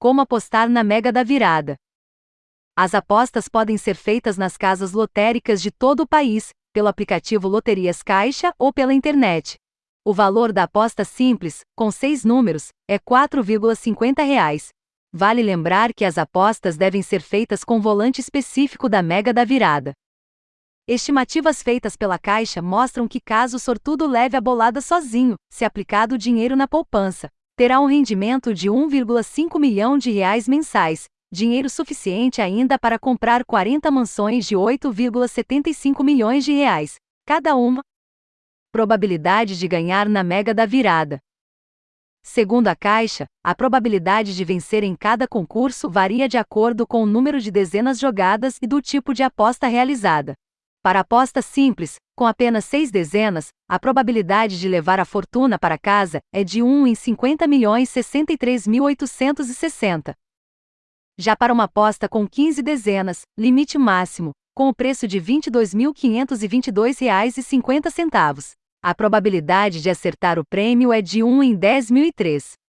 Como apostar na Mega da Virada. As apostas podem ser feitas nas casas lotéricas de todo o país, pelo aplicativo Loterias Caixa ou pela internet. O valor da aposta simples, com 6 números, é R$ 4,50. Vale lembrar que as apostas devem ser feitas com volante específico da Mega da Virada. Estimativas feitas pela Caixa mostram que caso o sortudo leve a bolada sozinho, se aplicado o dinheiro na poupança, terá um rendimento de R$ 1,5 milhão mensais, dinheiro suficiente ainda para comprar 40 mansões de R$ 8,75 milhões, cada uma. Probabilidade de ganhar na Mega da Virada. Segundo a Caixa, a probabilidade de vencer em cada concurso varia de acordo com o número de dezenas jogadas e do tipo de aposta realizada. Para aposta simples, com apenas 6 dezenas, a probabilidade de levar a fortuna para casa é de 1 em 50.063.860. Já para uma aposta com 15 dezenas, limite máximo, com o preço de R$ 22.522,50, a probabilidade de acertar o prêmio é de 1 em 10.003.